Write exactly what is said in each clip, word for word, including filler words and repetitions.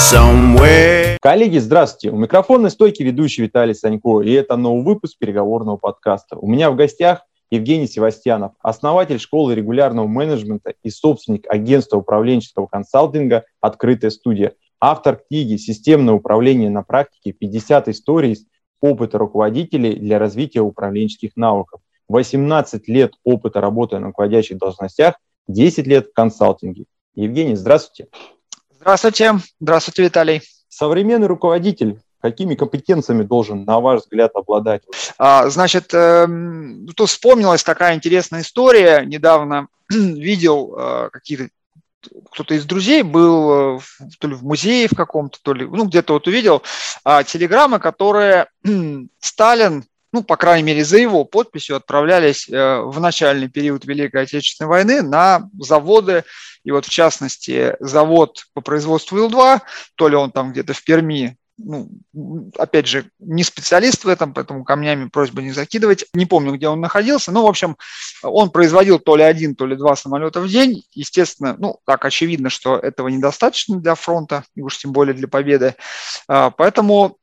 somewhere. Коллеги, здравствуйте. У микрофонной стойки ведущий Виталий Санько, и это новый выпуск переговорного подкаста. У меня в гостях Евгений Севастьянов, основатель школы регулярного менеджмента и собственник агентства управленческого консалтинга «Открытая студия», автор книги «Системное управление на практике. пятьдесят историй опыта руководителей для развития управленческих навыков». восемнадцать лет опыта работы на руководящих должностях, десять лет в консалтинге. Евгений, здравствуйте. Здравствуйте. Здравствуйте, Виталий. Современный руководитель какими компетенциями должен, на ваш взгляд, обладать? А, значит, э, тут вспомнилась такая интересная история. Недавно видел э, какие-то кто-то из друзей был то ли в музее в каком-то, то ли, ну, где-то вот увидел а, телеграммы, которые Сталин, ну, по крайней мере, за его подписью отправлялись э, в начальный период Великой Отечественной войны на заводы. И вот, в частности, завод по производству Ил два, то ли он там где-то в Перми, ну, опять же, не специалист в этом, поэтому камнями просьба не закидывать. Не помню, где он находился, но, в общем, он производил то ли один, то ли два самолета в день. Естественно, ну, так очевидно, что этого недостаточно для фронта, и уж тем более для победы. Поэтому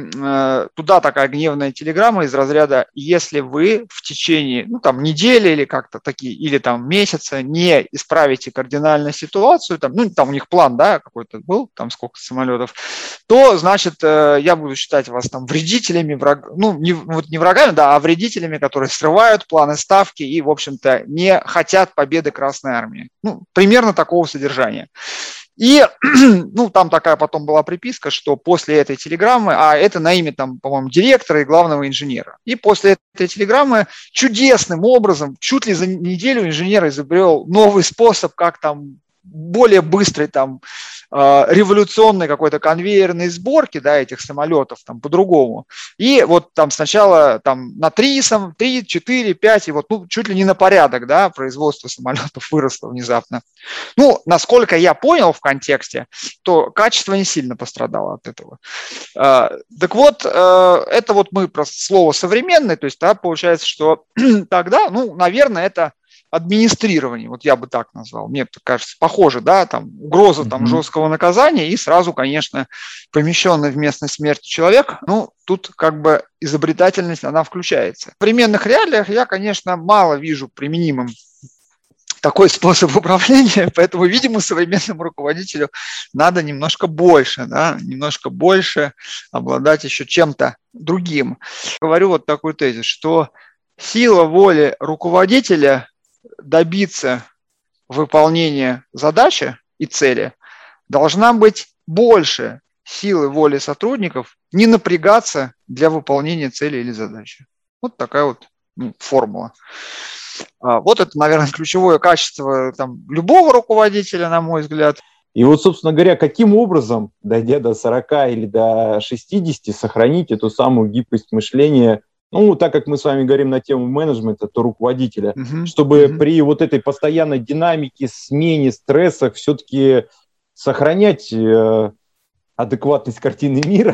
туда такая гневная телеграмма из разряда: если вы в течение, ну, там, недели или как-то такие, или там месяца не исправите кардинально ситуацию, там, ну, там у них план, да, какой-то был, там сколько самолетов, то, значит, Значит, я буду считать вас там вредителями, враг... ну, не, вот не врагами, да, а вредителями, которые срывают планы ставки и, в общем-то, не хотят победы Красной Армии. Ну, примерно такого содержания. И, ну, там такая потом была приписка, что после этой телеграммы, а это на имя, там, по-моему, директора и главного инженера, и после этой телеграммы чудесным образом, чуть ли за неделю инженер изобрел новый способ, как там более быстрый, там, революционной какой-то конвейерной сборки, да, этих самолетов там по-другому. И вот там сначала там на три, три, четыре, пять, и вот, ну, чуть ли не на порядок, да, производство самолетов выросло внезапно. Ну, насколько я понял в контексте, то качество не сильно пострадало от этого. Так вот, это вот мы про слово современный, то есть, да, получается, что тогда, ну, наверное, это администрирование, вот я бы так назвал, мне кажется, похоже, да, там угроза там, mm-hmm. жесткого наказания и сразу, конечно, помещенный в местность смерти человек, ну, тут как бы изобретательность, она включается. В современных реалиях я, конечно, мало вижу применимым такой способ управления, поэтому, видимо, современному руководителю надо немножко больше, да, немножко больше обладать еще чем-то другим. Говорю вот такой тезис, что сила воли руководителя добиться выполнения задачи и цели должна быть больше силы воли сотрудников не напрягаться для выполнения цели или задачи. Вот такая вот, ну, формула. Вот это, наверное, ключевое качество там любого руководителя, на мой взгляд. И вот, собственно говоря, каким образом, дойдя до сорока или до шестидесяти, сохранить эту самую гибкость мышления, ну, так как мы с вами говорим на тему менеджмента, то руководителя, uh-huh. чтобы uh-huh. при вот этой постоянной динамике, смене, стрессах все-таки сохранять э, адекватность картины мира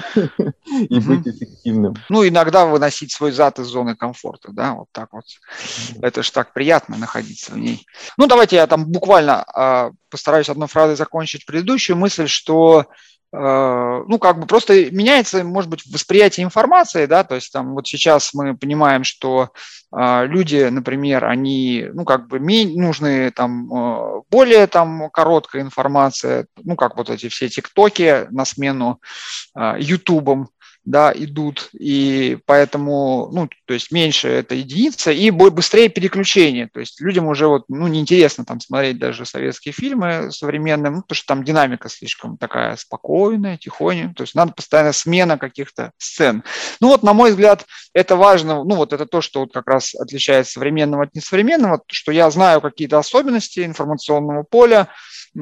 и быть эффективным. Ну, иногда выносить свой зад из зоны комфорта, да, вот так вот. Это ж так приятно находиться в ней. Ну, давайте я там буквально постараюсь одной фразой закончить предыдущую мысль, что ну, как бы просто меняется, может быть, восприятие информации, да, то есть там вот сейчас мы понимаем, что э, люди, например, они, ну, как бы нужны там э, более там короткая информация, ну, как вот эти все тиктоки на смену э, ютубам, да, идут, и поэтому, ну, то есть меньше это единица, и быстрее переключение, то есть людям уже вот, ну, неинтересно там смотреть даже советские фильмы современные, ну, потому что там динамика слишком такая спокойная, тихоня, то есть надо постоянно смена каких-то сцен. Ну, вот, на мой взгляд, это важно, ну, вот это то, что вот как раз отличает современного от несовременного, что я знаю какие-то особенности информационного поля, и,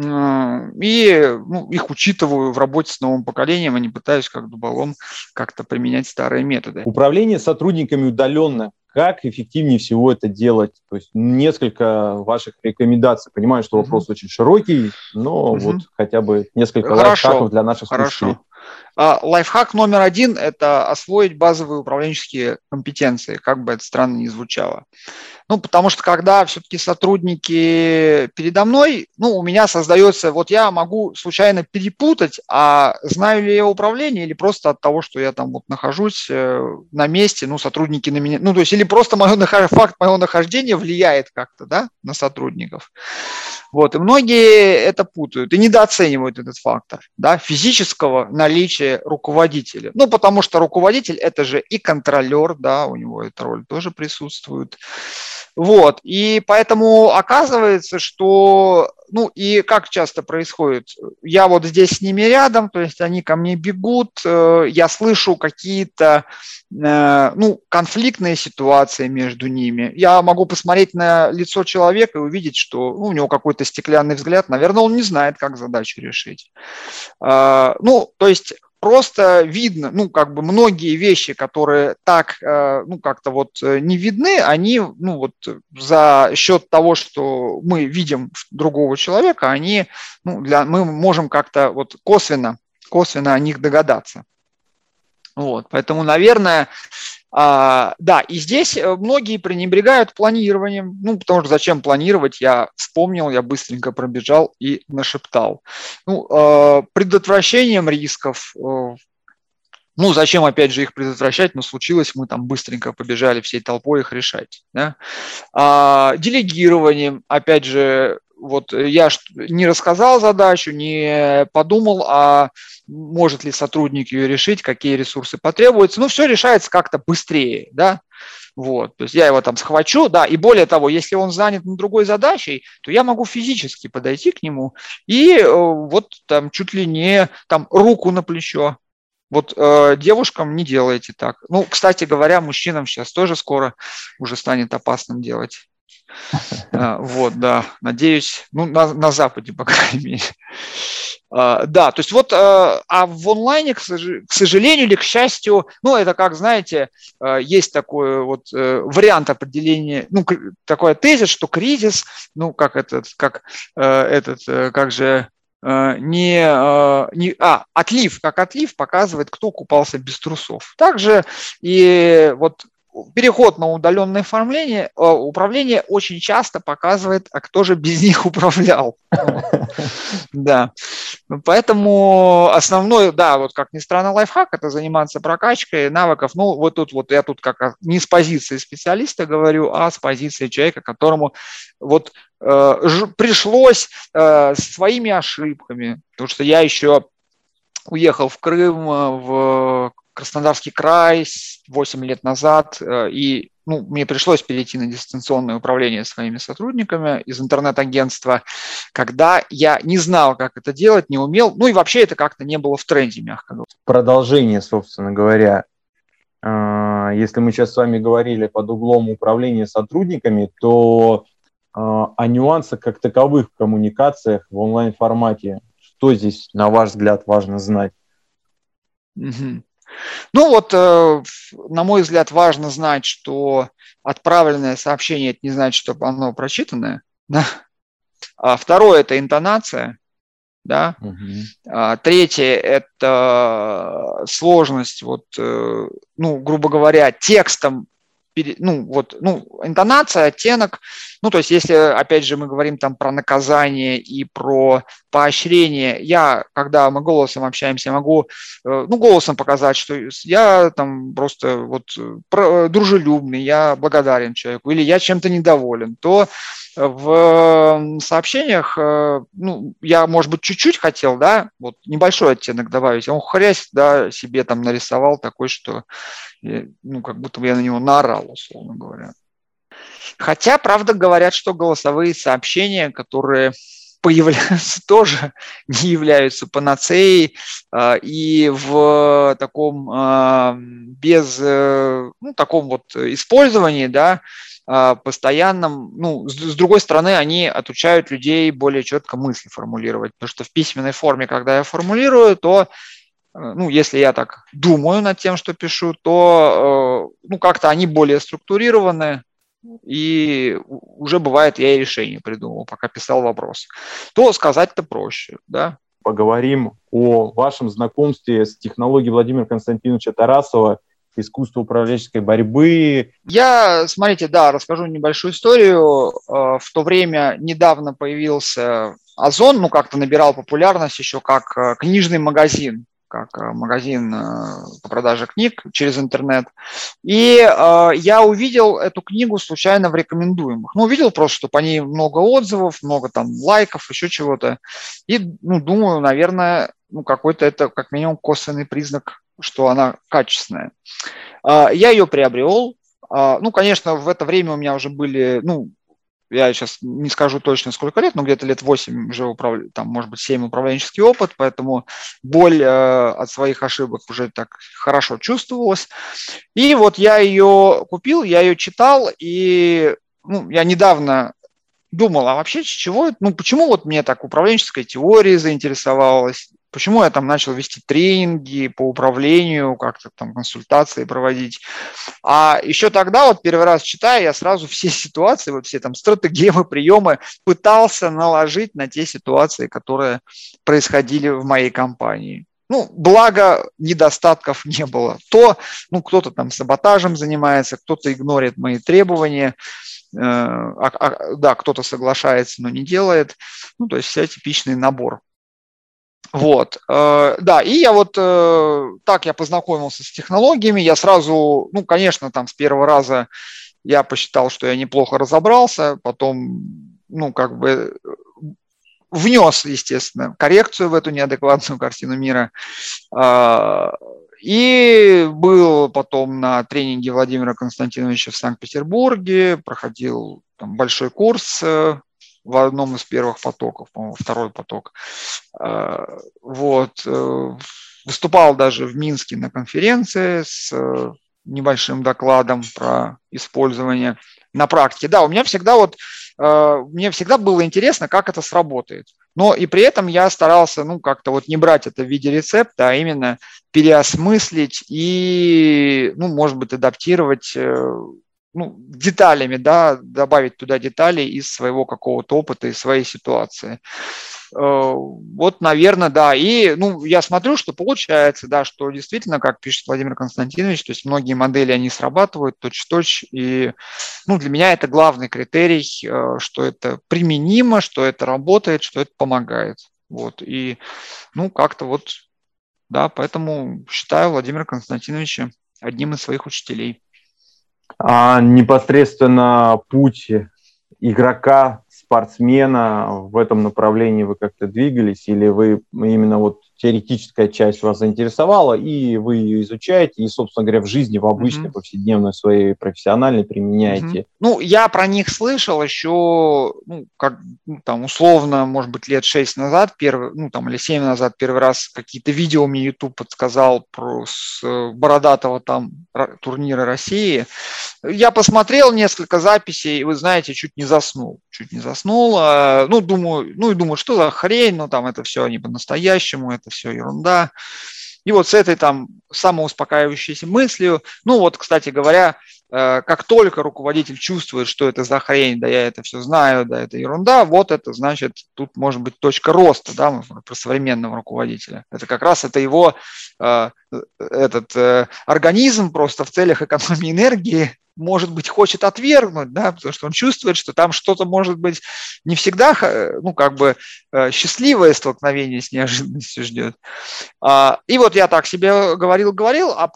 ну, их учитываю в работе с новым поколением, а не пытаюсь как дуболом как-то применять старые методы. Управление сотрудниками удаленно. Как эффективнее всего это делать? То есть несколько ваших рекомендаций. Понимаю, что вопрос mm-hmm. очень широкий, но mm-hmm. вот хотя бы несколько Хорошо. лайфхаков для наших слушателей. Хорошо. А лайфхак номер один – это освоить базовые управленческие компетенции, как бы это странно ни звучало. Ну, потому что когда все-таки сотрудники передо мной, ну, у меня создается, вот я могу случайно перепутать, а знаю ли я управление или просто от того, что я там вот нахожусь на месте, ну, сотрудники на меня, ну, то есть или просто мое, факт моего нахождения влияет как-то, да, на сотрудников. Вот, и многие это путают и недооценивают этот фактор, да, физического наличия руководителя. Ну, потому что руководитель – это же и контролер, да, у него эта роль тоже присутствует. Вот, и поэтому оказывается, что, ну, и как часто происходит, я вот здесь с ними рядом, то есть они ко мне бегут, я слышу какие-то, ну, конфликтные ситуации между ними. Я могу посмотреть на лицо человека и увидеть, что, ну, у него какой-то стеклянный взгляд, наверное, он не знает, как задачу решить. Ну, то есть просто видно, ну, как бы многие вещи, которые так, ну, как-то вот не видны, они, ну, вот за счет того, что мы видим другого человека, они, ну, для, мы можем как-то вот косвенно, косвенно о них догадаться. Вот, поэтому, наверное, А, да, и здесь многие пренебрегают планированием, ну, потому что зачем планировать, я вспомнил, я быстренько пробежал и нашептал. Ну, э, предотвращением рисков, э, ну, зачем, опять же, их предотвращать, но случилось, мы там быстренько побежали всей толпой их решать, да? А, делегированием, опять же, вот я не рассказал задачу, не подумал, а может ли сотрудник ее решить, какие ресурсы потребуются. Ну, все решается как-то быстрее, да. Вот, то есть я его там схвачу, да, и более того, если он занят на другой задачей, то я могу физически подойти к нему и э, вот там чуть ли не там руку на плечо. Вот э, девушкам не делайте так. Ну, кстати говоря, мужчинам сейчас тоже скоро уже станет опасным делать. Вот, да, надеюсь, ну, на, на Западе, по крайней мере. Да, то есть вот, а в онлайне, к сожалению или к счастью, ну, это как, знаете, есть такой вот вариант определения, ну, такой тезис, что кризис, ну, как этот, как этот, как же, не, не, а, отлив, как отлив показывает, кто купался без трусов. Также и вот переход на удаленное оформление, управление очень часто показывает, а кто же без них управлял. Да. Поэтому основной, да, вот как ни странно, лайфхак – это заниматься прокачкой навыков. Ну, вот тут вот я тут как не с позиции специалиста говорю, а с позиции человека, которому вот э, пришлось э, своими ошибками, потому что я еще уехал в Крым, в Краснодарский край восемь лет назад, и ну, мне пришлось перейти на дистанционное управление своими сотрудниками из интернет-агентства, когда я не знал, как это делать, не умел, ну и вообще это как-то не было в тренде, мягко говоря. Продолжение, собственно говоря. Если мы сейчас с вами говорили под углом управления сотрудниками, то о нюансах как таковых в коммуникациях в онлайн-формате, что здесь, на ваш взгляд, важно знать? Угу. Ну вот, на мой взгляд, важно знать, что отправленное сообщение – это не значит, что оно прочитанное. Да? А второе – это интонация. Да? Угу. Третье – это сложность, вот, ну, грубо говоря, текстом, ну, вот, ну, интонация, оттенок. Ну, то есть, если, опять же, мы говорим там про наказание и про поощрение, я, когда мы голосом общаемся, могу, ну, голосом показать, что я там просто вот дружелюбный, я благодарен человеку, или я чем-то недоволен, то в сообщениях, ну, я, может быть, чуть-чуть хотел, да, вот небольшой оттенок добавить, он хрясь, да, себе там нарисовал такой, что, ну, как будто бы я на него наорал, условно говоря. Хотя, правда, говорят, что голосовые сообщения, которые появляются, тоже не являются панацеей, и в таком, без, ну, таком вот использовании, да, постоянном, ну, с, с другой стороны, они отучают людей более четко мысли формулировать, потому что в письменной форме, когда я формулирую, то, ну, если я так думаю над тем, что пишу, то, ну, как-то они более структурированы, и уже бывает, я и решение придумал, пока писал вопрос, то сказать-то проще, да. поговорим о вашем знакомстве с технологией Владимира Константиновича Тарасова, искусство управленческой борьбы. Я, смотрите, да, расскажу небольшую историю. В то время недавно появился Озон, ну, как-то набирал популярность еще как книжный магазин, как магазин по продаже книг через интернет. И э, я увидел эту книгу случайно в рекомендуемых. Ну, увидел просто, что по ней много отзывов, много там лайков, еще чего-то. И, ну, думаю, наверное, ну, какой-то это, как минимум, косвенный признак, что она качественная. Э, я ее приобрел. Э, ну, конечно, в это время у меня уже были, ну, я сейчас не скажу точно сколько лет, но где-то лет восемь уже, управ... там, может быть, семь управленческий опыт, поэтому боль э, от своих ошибок уже так хорошо чувствовалась. И вот я ее купил, я ее читал, и ну, я недавно думал, а вообще с чего, ну почему вот мне так управленческой теорией заинтересовалась, почему я там начал вести тренинги по управлению, как-то там консультации проводить. А еще тогда, вот первый раз читая, я сразу все ситуации, вот все там стратегемы, приемы пытался наложить на те ситуации, которые происходили в моей компании. Ну, благо, недостатков не было. То, ну, кто-то там саботажем занимается, кто-то игнорит мои требования, э, а, а, да, кто-то соглашается, но не делает. Ну, то есть вся типичный набор. Вот, э, да, и я вот э, так я познакомился с технологиями, я сразу, ну, конечно, там с первого раза я посчитал, что я неплохо разобрался, потом, ну, как бы внес, естественно, коррекцию в эту неадекватную картину мира. И был потом на тренинге Владимира Константиновича в Санкт-Петербурге, проходил там большой курс в одном из первых потоков, по-моему, второй поток. Вот. Выступал даже в Минске на конференции с небольшим докладом про использование на практике. Да, у меня всегда вот, мне всегда было интересно, как это сработает. Но и при этом я старался, ну, как-то вот не брать это в виде рецепта, а именно переосмыслить и, ну, может быть, адаптировать, ну, деталями, да, добавить туда детали из своего какого-то опыта, из своей ситуации. Вот, наверное, да. И, ну, я смотрю, что получается, да, что действительно, как пишет Владимир Константинович, то есть многие модели, они срабатывают точь-в-точь. И, ну, для меня это главный критерий, что это применимо, что это работает, что это помогает. Вот. И, ну, как-то вот, да, поэтому считаю Владимира Константиновича одним из своих учителей. А непосредственно путь игрока, спортсмена в этом направлении вы как-то двигались, или вы именно вот теоретическая часть вас заинтересовала, и вы ее изучаете, и, собственно говоря, в жизни, в обычной, mm-hmm. повседневной своей профессиональной применяете? Mm-hmm. Ну, я про них слышал еще, ну, как, ну, там, условно, может быть, лет шесть назад, первый, ну, там, или семь назад первый раз какие-то видео мне YouTube подсказал про с бородатого там турнира России. Я посмотрел несколько записей, и, вы знаете, чуть не заснул, чуть не заснул. Ну, думаю, ну, и думаю, что за хрень, ну, там, это все не по-настоящему, это все ерунда. И вот с этой там самоуспокаивающейся мыслью, ну, вот, кстати говоря, как только руководитель чувствует, что это за хрень, да я это все знаю, да это ерунда, вот это значит, тут может быть точка роста, да, про современного руководителя. Это как раз это его э, этот э, организм просто в целях экономии энергии, может быть, хочет отвергнуть, да, потому что он чувствует, что там что-то может быть не всегда, ну, как бы счастливое столкновение с неожиданностью ждет. И вот я так себе говорил-говорил, а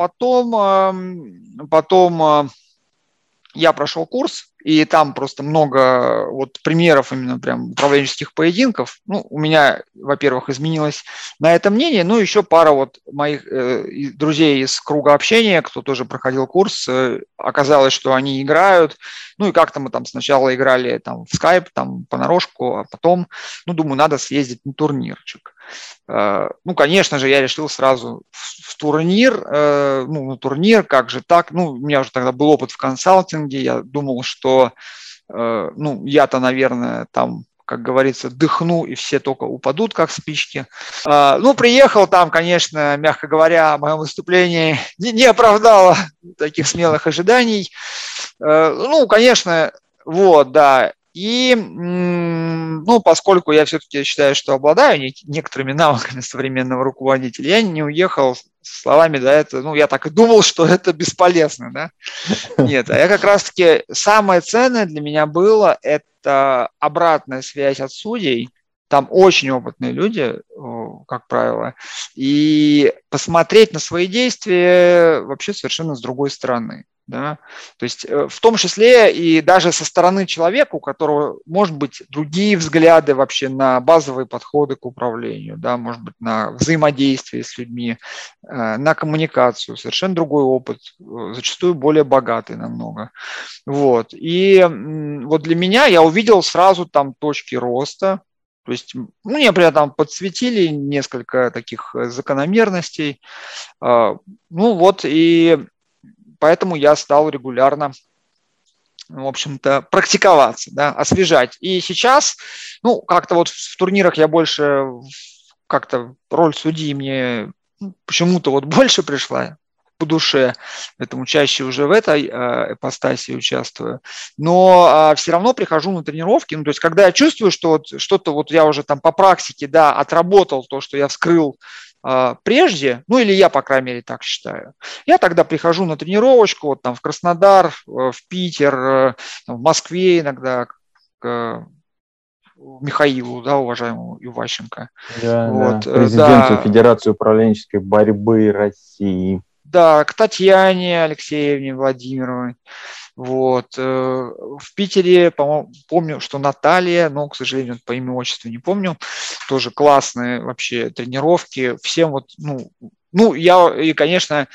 потом, потом я прошел курс, и там просто много вот примеров именно прям управленческих поединков. Ну, у меня, во-первых, изменилось на это мнение, ну, еще пара вот моих э, друзей из круга общения, кто тоже проходил курс, э, оказалось, что они играют. Ну, и как-то мы там сначала играли там в скайп, там понарошку, а потом, ну, думаю, надо съездить на турнирчик. Э, ну, конечно же, я решил сразу в, в турнир, э, ну, на турнир, как же так? Ну, у меня уже тогда был опыт в консалтинге, я думал, что что, э, ну, я-то, наверное, там, как говорится, дыхну, и все только упадут, как спички. Э, ну, приехал там, конечно, мягко говоря, мое выступление не, не оправдало таких смелых ожиданий. Э, ну, конечно, вот, да. И, ну, поскольку я все-таки считаю, что обладаю некоторыми навыками современного руководителя, я не уехал с словами, да, это, ну, я так и думал, что это бесполезно, да. Нет, а я как раз-таки, самое ценное для меня было, это обратная связь от судей. Там очень опытные люди, как правило, и посмотреть на свои действия вообще совершенно с другой стороны. Да? То есть в том числе и даже со стороны человека, у которого, может быть, другие взгляды вообще на базовые подходы к управлению, да, может быть, на взаимодействие с людьми, на коммуникацию, совершенно другой опыт, зачастую более богатый намного. Вот. И вот для меня я увидел сразу там точки роста. То есть, ну, мне, например, там подсветили несколько таких закономерностей. Ну, вот, и поэтому я стал регулярно, в общем-то, практиковаться, да, освежать. И сейчас, ну, как-то вот в турнирах я больше, как-то роль судьи мне почему-то вот больше пришла по душе, поэтому чаще уже в этой э, ипостаси участвую. Но э, все равно прихожу на тренировки, ну, то есть когда я чувствую, что вот что-то вот я уже там по практике, да, отработал то, что я вскрыл э, прежде, ну, или я, по крайней мере, так считаю, я тогда прихожу на тренировочку, вот там в Краснодар, э, в Питер, э, в Москве иногда, к Михаилу, да, уважаемому Иващенко. Да, вот, да. Президенту да. Федерации управленческой борьбы России. Да, к Татьяне Алексеевне Владимировой. Вот. В Питере, по-моему, помню, что Наталья, но, к сожалению, по имени отчеству не помню, тоже классные вообще тренировки. Всем вот, ну, ну я, и, конечно,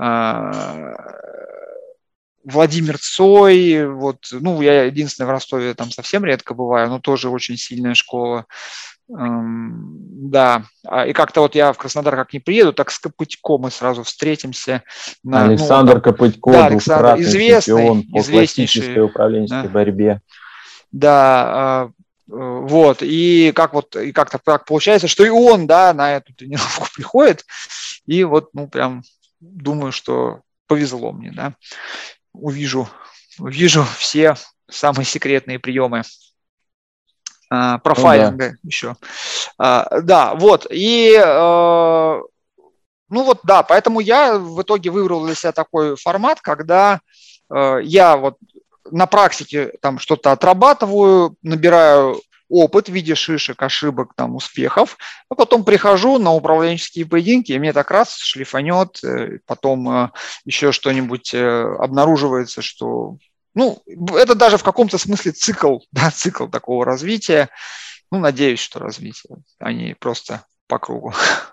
Владимир Цой, вот, ну, я единственное в Ростове там совсем редко бываю, но тоже очень сильная школа. Да, и как-то вот я в Краснодар как не приеду, так с Копытько мы сразу встретимся. На, Александр ну, Копытько, да, Александр, двукратный известный, чемпион по классической управленческой да, борьбе. Да, вот, и как вот, и как-то так получается, что и он, да, на эту тренировку приходит, и вот, ну, прям думаю, что повезло мне, да, увижу, увижу все самые секретные приемы. Uh, профайлинга ну, да. еще. Uh, да, вот. И, uh, ну вот, да, поэтому я в итоге выбрал для себя такой формат, когда uh, я вот на практике там что-то отрабатываю, набираю опыт в виде шишек, ошибок, там, успехов, а потом прихожу на управленческие поединки, и мне так раз шлифанет, потом uh, еще что-нибудь uh, обнаруживается, что... Ну, это даже в каком-то смысле цикл, да, цикл такого развития. Ну, надеюсь, что развитие, а не просто по кругу.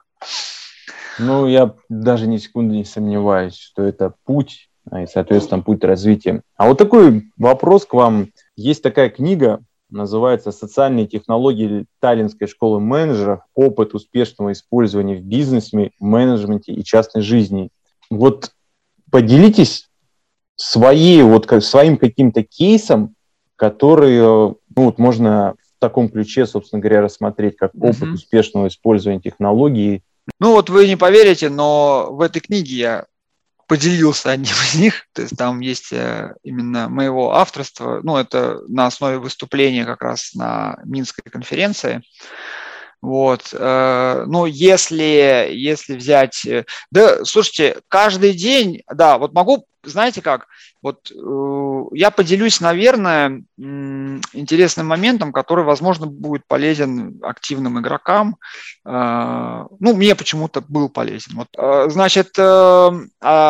Ну, я даже ни секунды не сомневаюсь, что это путь, и, соответственно, путь развития. А вот такой вопрос к вам. Есть такая книга, называется «Социальные технологии Таллинской школы менеджеров. Опыт успешного использования в бизнесе, менеджменте и частной жизни». Вот поделитесь своей, вот, своим каким-то кейсом, который, ну, вот можно в таком ключе, собственно говоря, рассмотреть как опыт uh-huh. успешного использования технологий. Ну вот вы не поверите, но в этой книге я поделился одним из них, то есть там есть именно моего авторства, ну это на основе выступления как раз на Минской конференции. Вот, ну, если, если взять, да, слушайте, каждый день, да, вот могу, знаете как, вот я поделюсь, наверное, интересным моментом, который, возможно, будет полезен активным игрокам, ну, мне почему-то был полезен. Вот, значит, ну,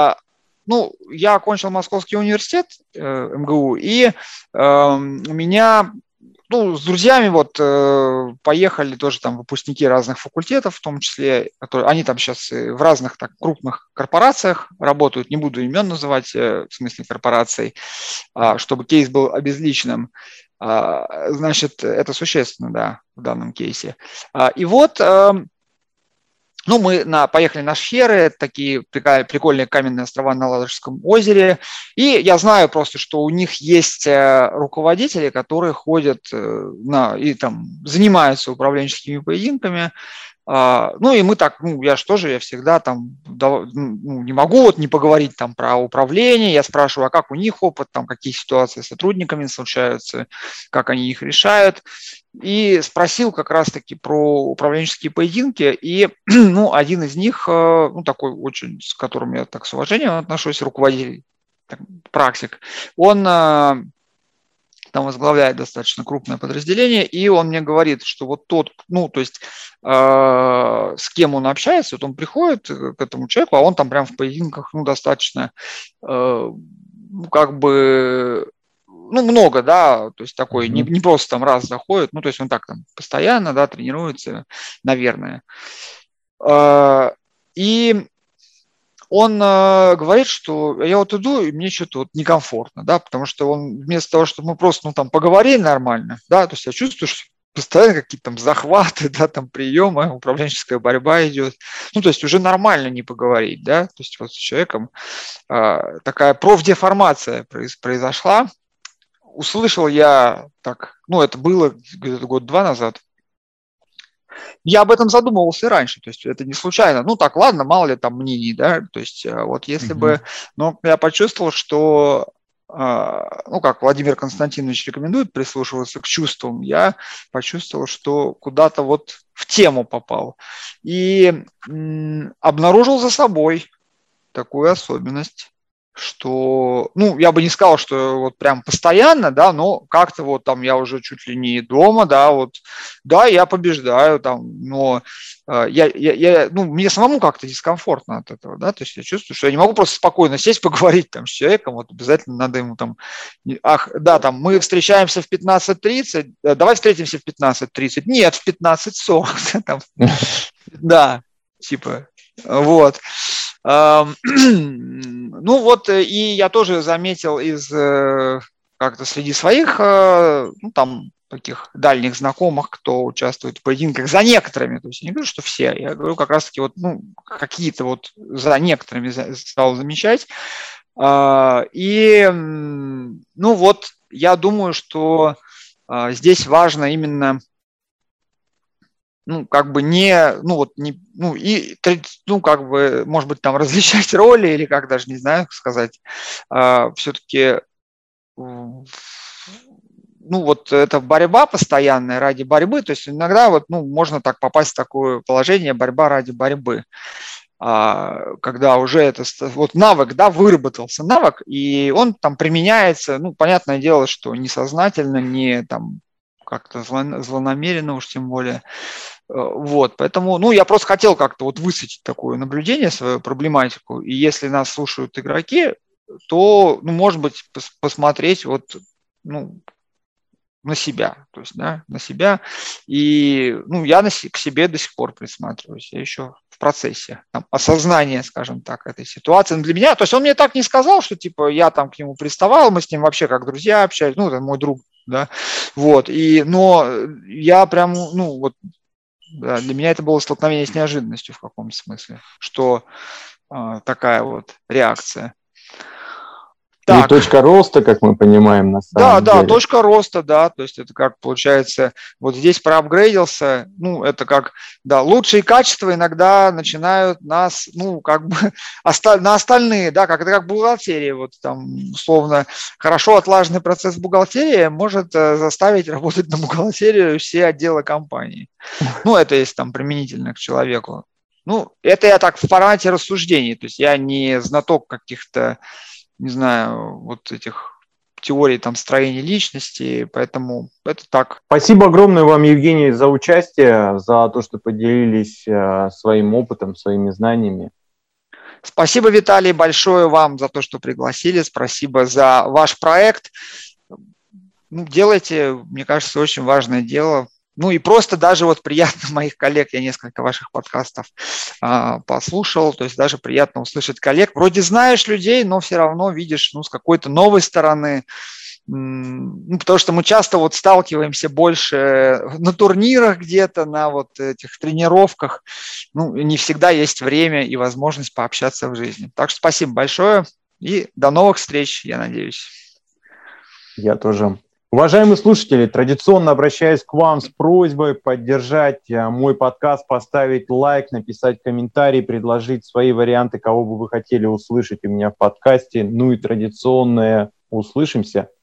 я окончил Московский университет, эм гэ у, и у меня... Ну, с друзьями вот э, поехали тоже там выпускники разных факультетов, в том числе, которые, они там сейчас в разных так крупных корпорациях работают, не буду имен называть, э, в смысле корпораций, э, чтобы кейс был обезличенным. Э, значит, это существенно, да, в данном кейсе. Э, и вот... Э, Ну, мы на, поехали на Шхеры, такие прикольные каменные острова на Ладожском озере. И я знаю просто, что у них есть руководители, которые ходят на, и там занимаются управленческими поединками. Ну, и мы так, ну, я же тоже, я всегда там, ну, не могу вот не поговорить там про управление, я спрашиваю, а как у них опыт, там, какие ситуации с сотрудниками случаются, как они их решают, и спросил как раз-таки про управленческие поединки, и, ну, один из них, ну, такой очень, с которым я так с уважением отношусь, руководитель, так, практик, он там возглавляет достаточно крупное подразделение, и он мне говорит, что вот тот, ну, то есть э, с кем он общается, вот он приходит к этому человеку, а он там прям в поединках, ну, достаточно, э, как бы, ну, много, да, то есть такой, mm-hmm. не, не просто там раз заходит, ну, то есть он так там постоянно, да, тренируется, наверное. Э, и он э, говорит, что я вот иду, и мне что-то вот некомфортно, да, потому что он вместо того, чтобы мы просто, ну, там, поговорили нормально, да, то есть я чувствую, что постоянно какие-то там захваты, да, там, приемы, управленческая борьба идет, ну, то есть уже нормально не поговорить, да, то есть вот с человеком э, такая профдеформация произошла. Услышал я так, ну, это было где-то год-два назад. Я об этом задумывался и раньше, то есть это не случайно. Ну так, ладно, мало ли там мнений, да, то есть вот если mm-hmm. бы, но я почувствовал, что, ну как Владимир Константинович рекомендует прислушиваться к чувствам, я почувствовал, что куда-то вот в тему попал и м, обнаружил за собой такую особенность, что, ну, я бы не сказал, что вот прям постоянно, да, но как-то вот там я уже чуть ли не дома, да, вот, да, я побеждаю там, но э, я, я, я, ну, мне самому как-то дискомфортно от этого, да, то есть я чувствую, что я не могу просто спокойно сесть, поговорить там с человеком, вот обязательно надо ему там, ах, да, там, мы встречаемся в пятнадцать тридцать, давай встретимся в пятнадцать тридцать, нет, в пятнадцать сорок, да, типа, вот. Ну вот, и я тоже заметил из как-то среди своих, ну там, таких дальних знакомых, кто участвует в поединках за некоторыми, то есть я не говорю, что все, я говорю как раз-таки вот, ну, какие-то вот за некоторыми стал замечать. И, ну вот, я думаю, что здесь важно именно ну, как бы не, ну, вот, не, ну, и, ну, как бы, может быть, там различать роли или как даже, не знаю, как сказать, а, все-таки, ну, вот эта борьба постоянная ради борьбы, то есть иногда вот, ну, можно так попасть в такое положение борьба ради борьбы, а, когда уже это, вот навык, да, выработался навык, и он там применяется, ну, понятное дело, что несознательно, не там как-то злонамеренно уж тем более. Вот, поэтому, ну, я просто хотел как-то вот высветить такое наблюдение, свою проблематику, и если нас слушают игроки, то, ну, может быть, пос- посмотреть вот, ну, на себя, то есть, да, на себя, и, ну, я на, к себе до сих пор присматриваюсь, я еще в процессе там, осознания, скажем так, этой ситуации. Но для меня, то есть он мне так не сказал, что, типа, я там к нему приставал, мы с ним вообще как друзья общались, ну, это мой друг, да, вот, и, но я прям, ну, вот, да, для меня это было столкновение с неожиданностью в каком-то смысле, что э, такая вот реакция. Так. И точка роста, как мы понимаем, на самом да, деле. Да, да, точка роста, да, то есть это как получается, вот здесь проапгрейдился, ну, это как, да, лучшие качества иногда начинают нас, ну, как бы, оста- на остальные, да, как это как бухгалтерия, вот там, условно, хорошо отлаженный процесс бухгалтерии может э, заставить работать на бухгалтерию все отделы компании. Ну, это если там применительно к человеку. Ну, это я так в формате рассуждений, то есть я не знаток каких-то, не знаю, вот этих теорий там строения личности, поэтому это так. Спасибо огромное вам, Евгений, за участие, за то, что поделились э, своим опытом, своими знаниями. Спасибо, Виталий, большое вам за то, что пригласили, спасибо за ваш проект. Ну, делайте, мне кажется, очень важное дело. Ну и просто даже вот приятно моих коллег, я несколько ваших подкастов а, послушал, то есть даже приятно услышать коллег. Вроде знаешь людей, но все равно видишь, ну, с какой-то новой стороны, ну, потому что мы часто вот сталкиваемся больше на турнирах где-то, на вот этих тренировках, ну, не всегда есть время и возможность пообщаться в жизни. Так что спасибо большое и до новых встреч, я надеюсь. Я тоже. Уважаемые слушатели, традиционно обращаюсь к вам с просьбой поддержать мой подкаст, поставить лайк, написать комментарий, предложить свои варианты, кого бы вы хотели услышать у меня в подкасте. Ну и традиционное услышимся.